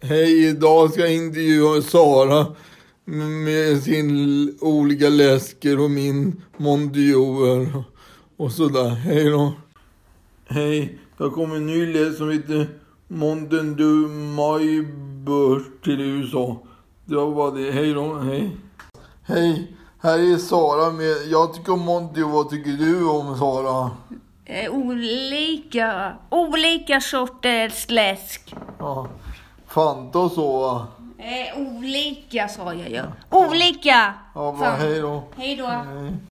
Hej, idag ska jag intervjua Sara med sin olika läsker och min Mondial och sådär. Hej då. Hej, jag kommer en ny läsk som heter Mountain Dew My Birth till USA. Det var bara det. Hej då, hej. Hej, här är Sara med. Jag tycker om Mondial. Vad tycker du om, Sara? Olika sorters läsk. Ja, Fanta och så, va? Olika sa jag ju. Olika. Ja, bra. Hej då. Hej då. Hej.